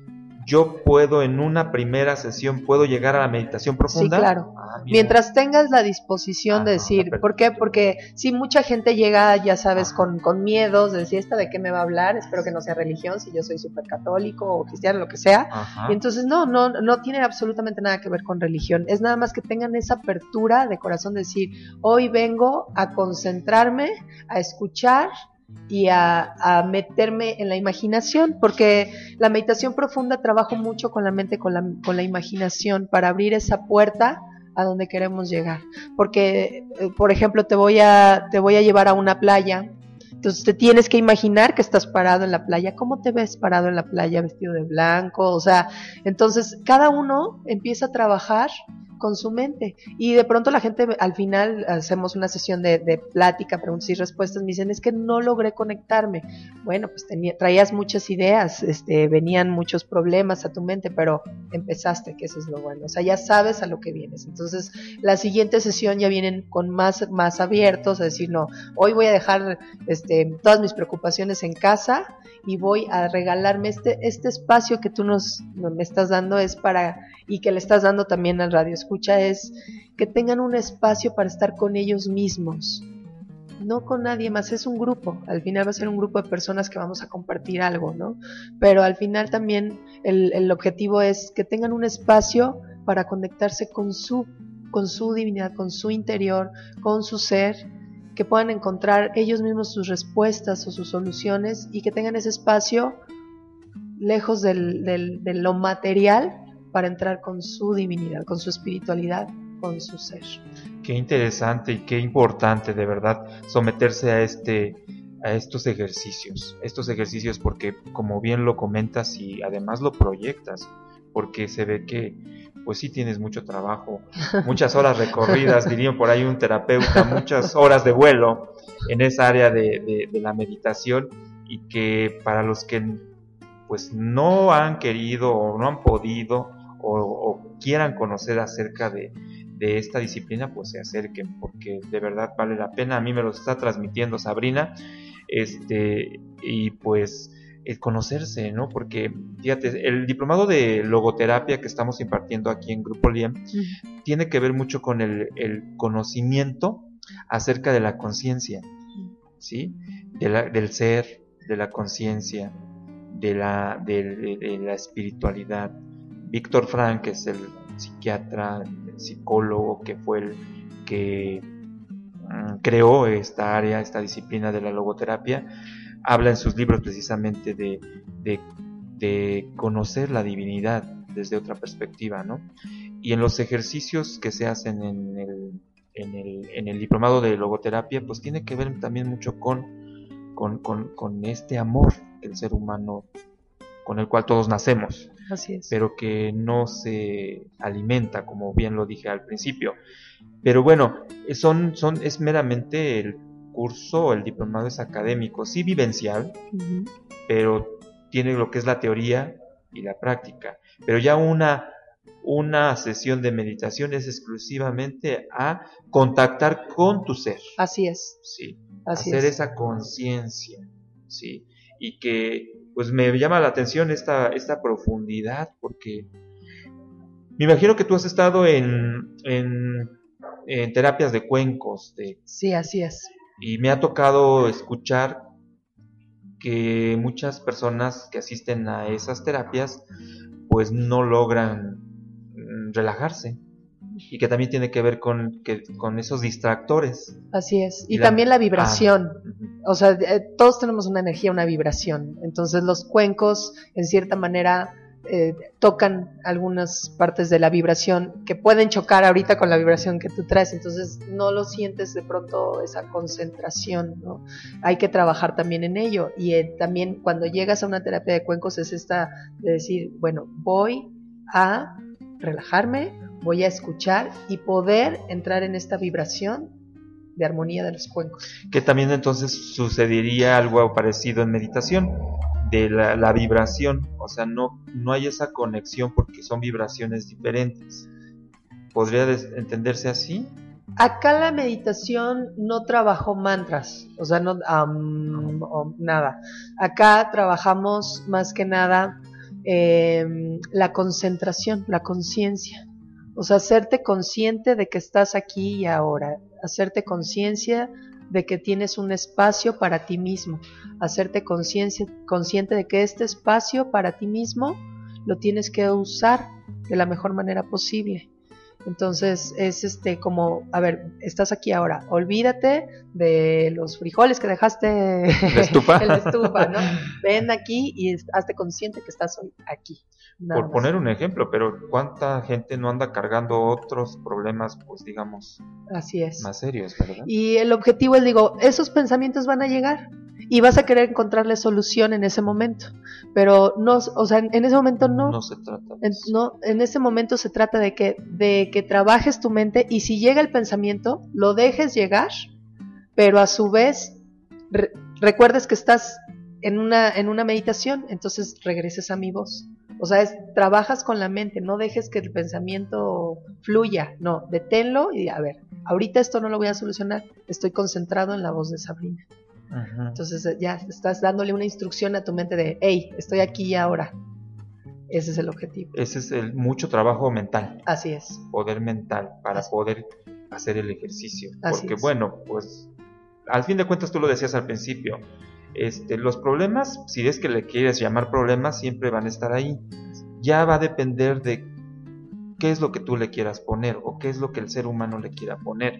yo puedo en una primera sesión, ¿puedo llegar a la meditación profunda? Sí, claro. Mientras tengas la disposición de decir, ¿por qué? Porque si mucha gente llega, ya sabes, con miedos, de decir, ¿esta de qué me va a hablar? Espero que no sea religión, si yo soy súper católico o cristiano, lo que sea. Ajá. Y entonces no tiene absolutamente nada que ver con religión. Es nada más que tengan esa apertura de corazón de decir, hoy vengo a concentrarme, a escuchar y a meterme en la imaginación, porque la meditación profunda trabaja mucho con la mente, con la imaginación, para abrir esa puerta a donde queremos llegar. Porque, por ejemplo, te voy a llevar a una playa. Entonces te tienes que imaginar que estás parado en la playa. ¿Cómo te ves parado en la playa vestido de blanco? O sea, entonces cada uno empieza a trabajar con su mente, y de pronto la gente, al final hacemos una sesión de plática, preguntas y respuestas, me dicen, es que no logré conectarme. Bueno, pues traías muchas ideas, venían muchos problemas a tu mente, pero empezaste, que eso es lo bueno, o sea, ya sabes a lo que vienes. Entonces la siguiente sesión ya vienen con más abiertos, a decir, no, hoy voy a dejar todas mis preocupaciones en casa y voy a regalarme este espacio que tú me estás dando, es para, y que le estás dando también al radio escucha, es que tengan un espacio para estar con ellos mismos, no con nadie más. Es un grupo, al final va a ser un grupo de personas que vamos a compartir algo, ¿no? Pero al final también el objetivo es que tengan un espacio para conectarse con su divinidad, con su interior, con su ser, que puedan encontrar ellos mismos sus respuestas o sus soluciones, y que tengan ese espacio lejos de lo material, para entrar con su divinidad, con su espiritualidad, con su ser. Qué interesante y qué importante, de verdad, someterse a estos ejercicios, porque como bien lo comentas y además lo proyectas, porque se ve que pues sí tienes mucho trabajo, muchas horas recorridas, diría por ahí un terapeuta, muchas horas de vuelo en esa área de la meditación, y que para los que pues no han querido o no han podido o quieran conocer acerca de de esta disciplina, pues se acerquen, porque de verdad vale la pena. A mí me lo está transmitiendo Sabrina, y pues el conocerse, ¿no? Porque fíjate, el diplomado de logoterapia que estamos impartiendo aquí en Grupo Liem tiene que ver mucho con el conocimiento acerca de la conciencia, ¿sí? Del ser, de la conciencia, de la espiritualidad. Viktor Frankl, que es el psiquiatra, el psicólogo, que fue el que creó esta área, esta disciplina de la logoterapia, habla en sus libros precisamente de conocer la divinidad desde otra perspectiva, ¿no? Y en los ejercicios que se hacen en el diplomado de logoterapia, pues tiene que ver también mucho con este amor del ser humano con el cual todos nacemos. Así es. Pero que no se alimenta, como bien lo dije al principio. Pero bueno, es meramente el curso, el diplomado es académico, sí vivencial, pero tiene lo que es la teoría y la práctica. Pero ya una sesión de meditación es exclusivamente a contactar con tu ser. Así es. Sí, Así hacer es. esa conciencia, sí, y que pues me llama la atención esta profundidad, porque me imagino que tú has estado en terapias de cuencos, sí, así es. Y me ha tocado escuchar que muchas personas que asisten a esas terapias pues no logran relajarse, y que también tiene que ver con esos distractores. Así es. Y también la vibración. O sea, todos tenemos una energía, una vibración. Entonces los cuencos, en cierta manera, tocan algunas partes de la vibración que pueden chocar ahorita con la vibración que tú traes. Entonces no lo sientes de pronto esa concentración, ¿no? Hay que trabajar también en ello. Y también cuando llegas a una terapia de cuencos es esta de decir, bueno, voy a relajarme, voy a escuchar y poder entrar en esta vibración de armonía de los cuencos. Que también entonces sucedería algo parecido en meditación, de la vibración, o sea, no hay esa conexión porque son vibraciones diferentes. ¿Podría entenderse así? Acá la meditación no trabajó mantras, o sea, no nada. Acá trabajamos más que nada la concentración, la conciencia. O sea, hacerte consciente de que estás aquí y ahora, hacerte conciencia de que tienes un espacio para ti mismo, hacerte consciente de que este espacio para ti mismo lo tienes que usar de la mejor manera posible. Entonces es como, a ver, estás aquí ahora, olvídate de los frijoles que dejaste en la estufa, ¿no? Ven aquí y hazte consciente que estás hoy aquí. Por poner un ejemplo, pero ¿cuánta gente no anda cargando otros problemas, pues digamos, así es, más serios, verdad? Y el objetivo es, digo, esos pensamientos van a llegar y vas a querer encontrarle solución en ese momento, pero no, o sea, en ese momento no se trata de eso. No, en ese momento se trata de que trabajes tu mente, y si llega el pensamiento, lo dejes llegar, pero a su vez recuerdes que estás en una meditación, entonces regreses a mi voz. O sea, trabajas con la mente, no dejes que el pensamiento fluya, no, deténlo y a ver, ahorita esto no lo voy a solucionar, estoy concentrado en la voz de Sabrina. Uh-huh. Entonces ya estás dándole una instrucción a tu mente de, hey, estoy aquí y ahora. Ese es el objetivo. Ese es mucho trabajo mental. Así es. Poder mental para poder hacer el ejercicio. Así porque es. Bueno, pues al fin de cuentas tú lo decías al principio, los problemas, si es que le quieres llamar problemas, siempre van a estar ahí. Ya va a depender de qué es lo que tú le quieras poner o qué es lo que el ser humano le quiera poner.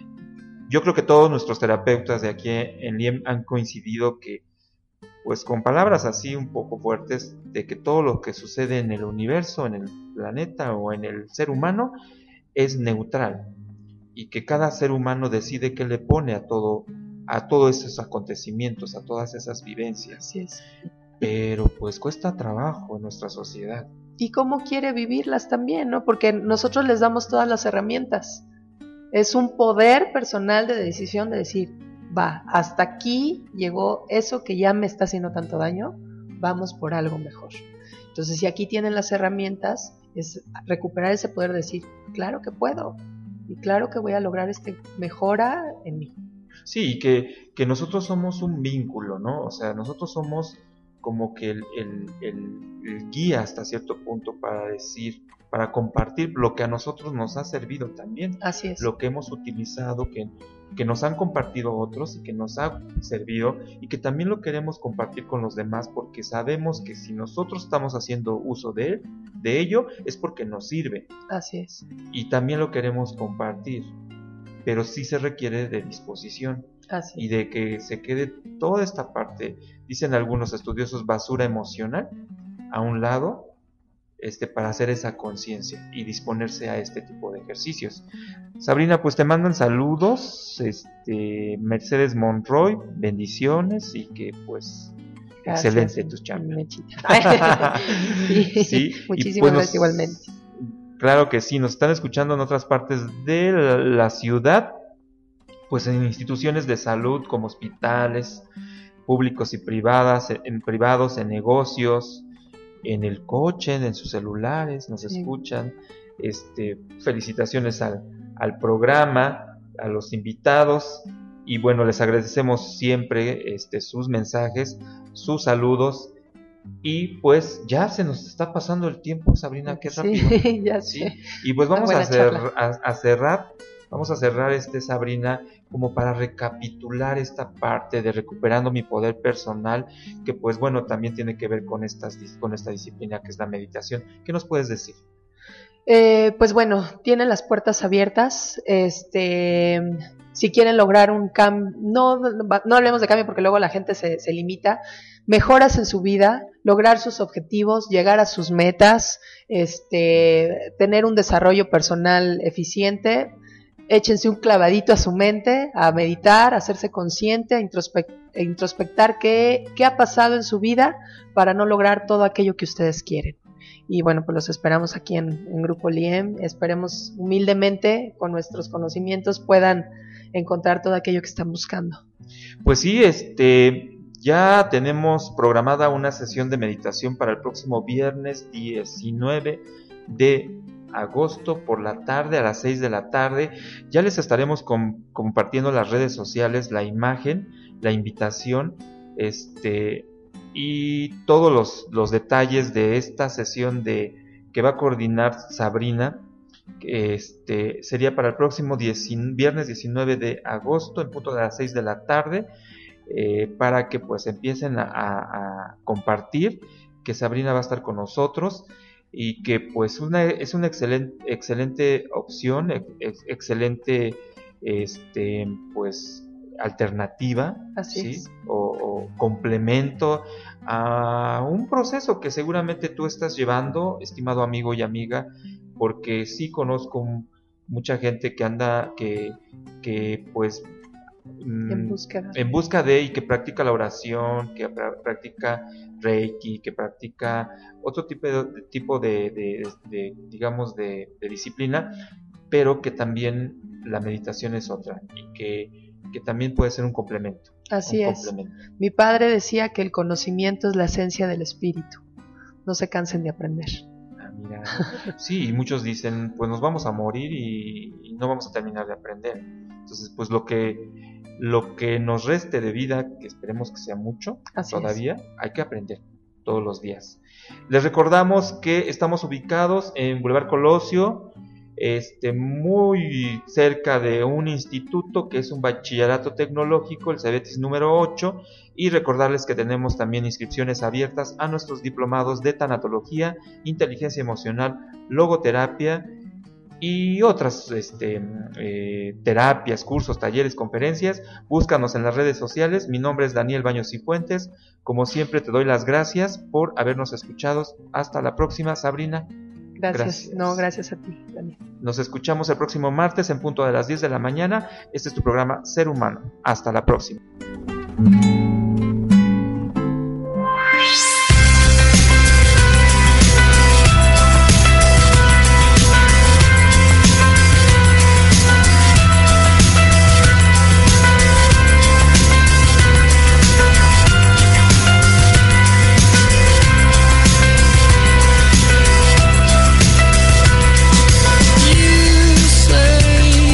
Yo creo que todos nuestros terapeutas de aquí en Liem han coincidido que, pues con palabras así un poco fuertes, de que todo lo que sucede en el universo, en el planeta o en el ser humano es neutral, y que cada ser humano decide qué le pone a todos esos acontecimientos, a todas esas vivencias. Así es. Pero pues cuesta trabajo en nuestra sociedad. Y cómo quiere vivirlas también, ¿no? Porque nosotros les damos todas las herramientas. Es un poder personal de decisión de decir, va, hasta aquí llegó eso que ya me está haciendo tanto daño, vamos por algo mejor. Entonces, si aquí tienen las herramientas, es recuperar ese poder de decir, claro que puedo, y claro que voy a lograr mejora en mí. Sí, y que nosotros somos un vínculo, ¿no? O sea, nosotros somos como que el guía hasta cierto punto para compartir lo que a nosotros nos ha servido también. Así es. Lo que hemos utilizado, que nos han compartido otros y que nos ha servido, y que también lo queremos compartir con los demás, porque sabemos que si nosotros estamos haciendo uso de ello es porque nos sirve. Así es. Y también lo queremos compartir, pero sí se requiere de disposición. Así y de que se quede toda esta parte, dicen algunos estudiosos, basura emocional a un lado, para hacer esa conciencia y disponerse a este tipo de ejercicios. Sabrina, pues te mandan saludos, Mercedes Monroy, bendiciones, y que pues gracias, excelente tus charlas. Sí, muchísimas gracias igualmente. Claro que sí, nos están escuchando en otras partes de la ciudad, pues en instituciones de salud como hospitales públicos y privados, en negocios, en el coche, en sus celulares, nos escuchan. Felicitaciones al programa, a los invitados, y bueno, les agradecemos siempre sus mensajes, sus saludos, y pues ya se nos está pasando el tiempo, Sabrina, qué rápido. Sí, ya sé. Y pues vamos a cerrar, Sabrina, como para recapitular esta parte de recuperando mi poder personal, que pues bueno, también tiene que ver con esta disciplina que es la meditación. ¿Qué nos puedes decir? Pues bueno, tienen las puertas abiertas. Si quieren lograr un cambio, no hablemos de cambio porque luego la gente se limita. Mejoras en su vida, lograr sus objetivos, llegar a sus metas, tener un desarrollo personal eficiente. Échense un clavadito a su mente, a meditar, a hacerse consciente, a introspectar qué ha pasado en su vida para no lograr todo aquello que ustedes quieren. Y bueno, pues los esperamos aquí en Grupo Liem. Esperemos humildemente, con nuestros conocimientos, puedan encontrar todo aquello que están buscando. Pues sí, ya tenemos programada una sesión de meditación para el próximo viernes 19 de agosto por la tarde, a las 6 de la tarde. Ya les estaremos compartiendo en las redes sociales la imagen, la invitación, y todos los detalles de esta sesión que va a coordinar Sabrina. Sería para el próximo viernes 19 de agosto en punto de las 6 de la tarde, para que pues empiecen a compartir que Sabrina va a estar con nosotros, y que pues es una excelente opción, excelente pues alternativa, ¿sí? o complemento a un proceso que seguramente tú estás llevando, estimado amigo y amiga, porque sí conozco mucha gente que anda que pues en busca de, y que practica la oración, que practica Reiki, que practica otro tipo de digamos de disciplina, pero que también la meditación es otra, y que también puede ser un complemento. Así es. Mi padre decía que el conocimiento es la esencia del espíritu. No se cansen de aprender. Mira, sí, y muchos dicen, pues nos vamos a morir y no vamos a terminar de aprender. Entonces, pues lo que nos reste de vida, que esperemos que sea mucho, así todavía, hay que aprender todos los días. Les recordamos que estamos ubicados en Boulevard Colosio, muy cerca de un instituto que es un bachillerato tecnológico, el Cebetis número 8, y recordarles que tenemos también inscripciones abiertas a nuestros diplomados de tanatología, inteligencia emocional, logoterapia y otras terapias, cursos, talleres, conferencias. Búscanos en las redes sociales. Mi nombre es Daniel Baños y Fuentes. Como siempre, te doy las gracias por habernos escuchado. Hasta la próxima, Sabrina. Gracias. No, gracias a ti, Daniel. Nos escuchamos el próximo martes en punto de las 10 de la mañana. Este es tu programa Ser Humano. Hasta la próxima. You say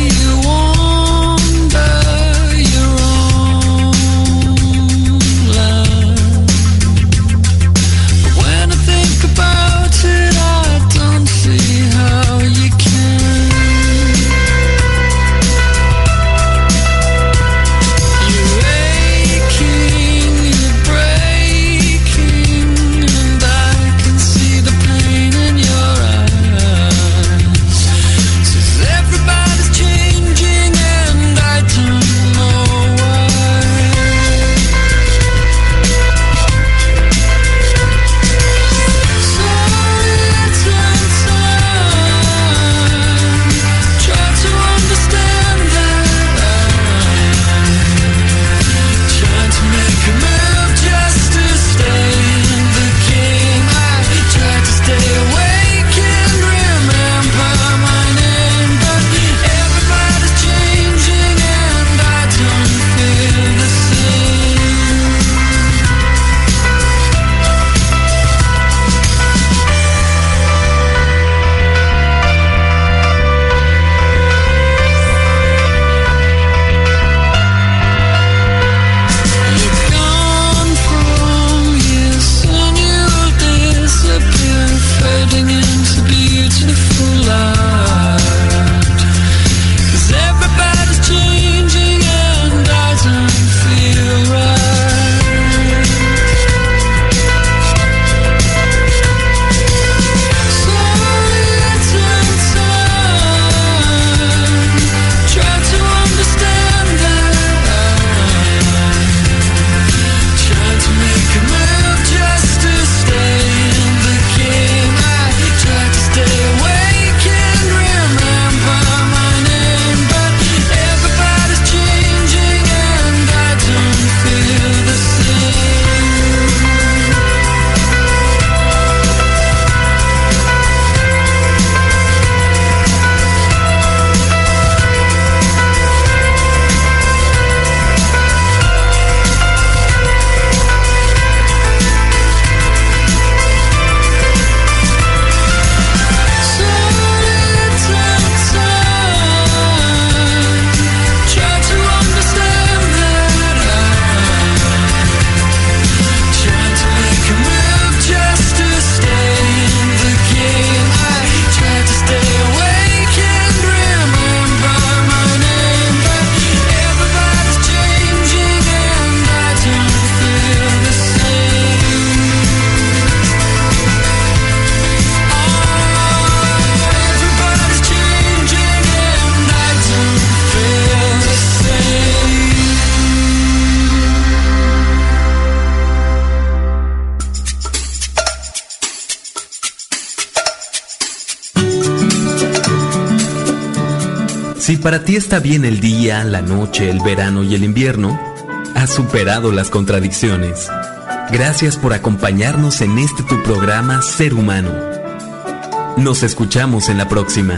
Si para ti está bien el día, la noche, el verano y el invierno, has superado las contradicciones. Gracias por acompañarnos en este tu programa Ser Humano. Nos escuchamos en la próxima.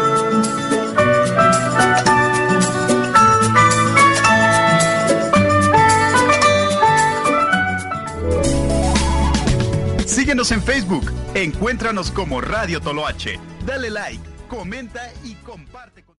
Síguenos en Facebook, encuéntranos como Radio Toloache. Dale like, comenta y comparte.